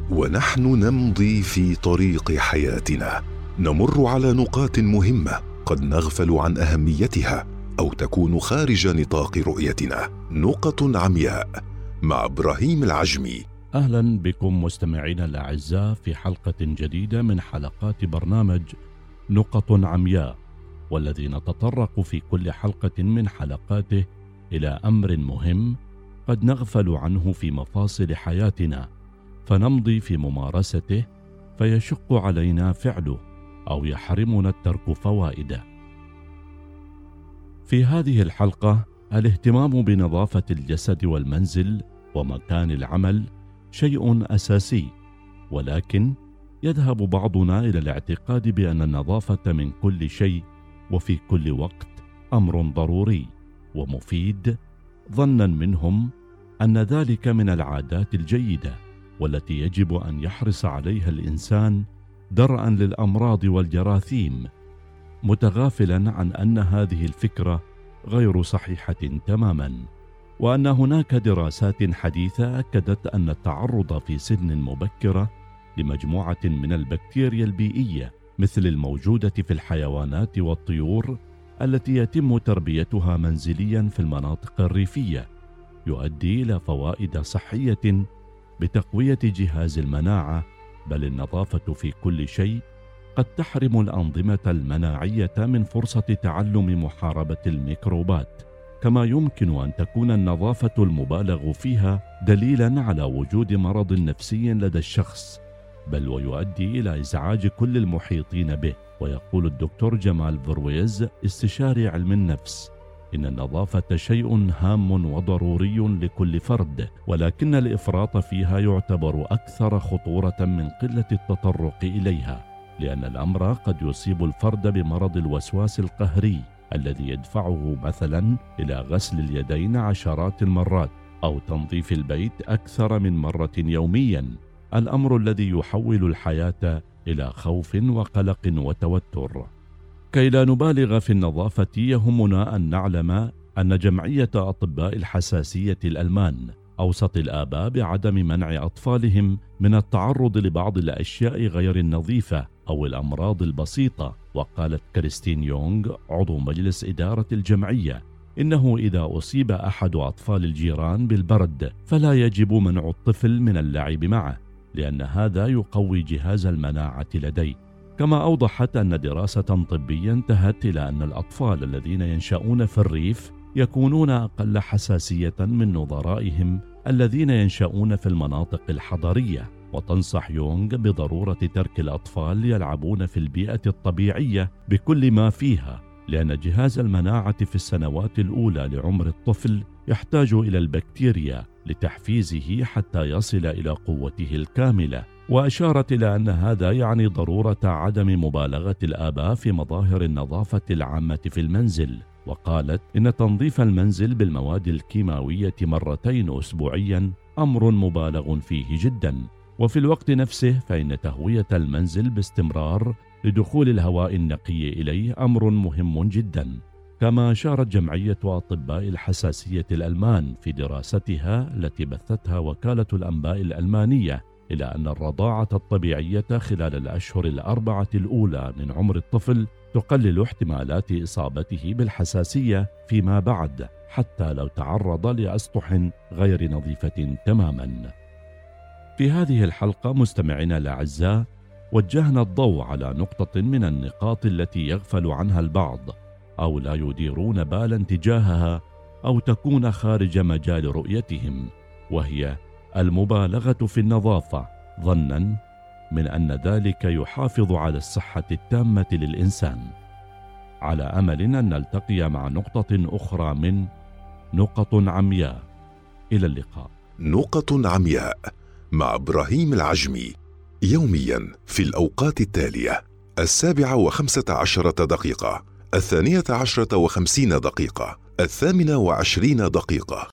ونحن نمضي في طريق حياتنا نمر على نقاط مهمة قد نغفل عن أهميتها أو تكون خارج نطاق رؤيتنا. نقط عمياء مع إبراهيم العجمي. أهلا بكم مستمعينا الأعزاء في حلقة جديدة من حلقات برنامج نقط عمياء، والذي نتطرق في كل حلقة من حلقاته إلى أمر مهم قد نغفل عنه في مفاصل حياتنا، فنمضي في ممارسته فيشق علينا فعله أو يحرمنا الترك فوائده. في هذه الحلقة الاهتمام بنظافة الجسد والمنزل ومكان العمل شيء أساسي، ولكن يذهب بعضنا إلى الاعتقاد بأن النظافة من كل شيء وفي كل وقت أمر ضروري ومفيد، ظنا منهم أن ذلك من العادات الجيدة والتي يجب أن يحرص عليها الإنسان درءا للأمراض والجراثيم، متغافلا عن أن هذه الفكرة غير صحيحة تماما، وأن هناك دراسات حديثة أكدت أن التعرض في سن مبكرة لمجموعة من البكتيريا البيئية مثل الموجودة في الحيوانات والطيور التي يتم تربيتها منزليا في المناطق الريفية يؤدي إلى فوائد صحية بتقوية جهاز المناعة، بل النظافة في كل شيء قد تحرم الأنظمة المناعية من فرصة تعلم محاربة الميكروبات، كما يمكن أن تكون النظافة المبالغ فيها دليلا على وجود مرض نفسي لدى الشخص، بل ويؤدي إلى إزعاج كل المحيطين به. ويقول الدكتور جمال فرويز استشاري علم النفس إن النظافة شيء هام وضروري لكل فرد، ولكن الإفراط فيها يعتبر أكثر خطورة من قلة التطرق إليها، لأن الأمر قد يصيب الفرد بمرض الوسواس القهري الذي يدفعه مثلا إلى غسل اليدين عشرات المرات أو تنظيف البيت أكثر من مرة يوميا، الأمر الذي يحول الحياة إلى خوف وقلق وتوتر. كي لا نبالغ في النظافة، يهمنا أن نعلم أن جمعية أطباء الحساسية الألمان أوصت الآباء بعدم منع أطفالهم من التعرض لبعض الأشياء غير النظيفة أو الأمراض البسيطة. وقالت كريستين يونغ عضو مجلس إدارة الجمعية إنه إذا أصيب أحد أطفال الجيران بالبرد فلا يجب منع الطفل من اللعب معه، لأن هذا يقوي جهاز المناعة لديه. كما أوضحت أن دراسة طبية انتهت إلى أن الأطفال الذين ينشأون في الريف يكونون أقل حساسية من نظرائهم الذين ينشأون في المناطق الحضرية، وتنصح يونغ بضرورة ترك الأطفال يلعبون في البيئة الطبيعية بكل ما فيها، لأن جهاز المناعة في السنوات الأولى لعمر الطفل يحتاج إلى البكتيريا لتحفيزه حتى يصل إلى قوته الكاملة. وأشارت إلى أن هذا يعني ضرورة عدم مبالغة الآباء في مظاهر النظافة العامة في المنزل، وقالت إن تنظيف المنزل بالمواد الكيماوية مرتين أسبوعيا أمر مبالغ فيه جدا، وفي الوقت نفسه فإن تهوية المنزل باستمرار لدخول الهواء النقي إليه أمر مهم جدا. كما أشارت جمعية أطباء الحساسية الألمان في دراستها التي بثتها وكالة الأنباء الألمانية إلى أن الرضاعة الطبيعية خلال الأشهر الأربعة الأولى من عمر الطفل تقلل احتمالات إصابته بالحساسية فيما بعد، حتى لو تعرض لأسطح غير نظيفة تماما. في هذه الحلقة مستمعينا الأعزاء وجهنا الضوء على نقطة من النقاط التي يغفل عنها البعض أو لا يديرون بالا تجاهها أو تكون خارج مجال رؤيتهم، وهي المبالغة في النظافة، ظنا من أن ذلك يحافظ على الصحة التامة للإنسان. على أمل أن نلتقي مع نقطة أخرى من نقط عمياء. إلى اللقاء. نقط عمياء مع إبراهيم العجمي، يوميا في الأوقات التالية: 7:15 دقيقة، 12:50 دقيقة، 28 دقيقة.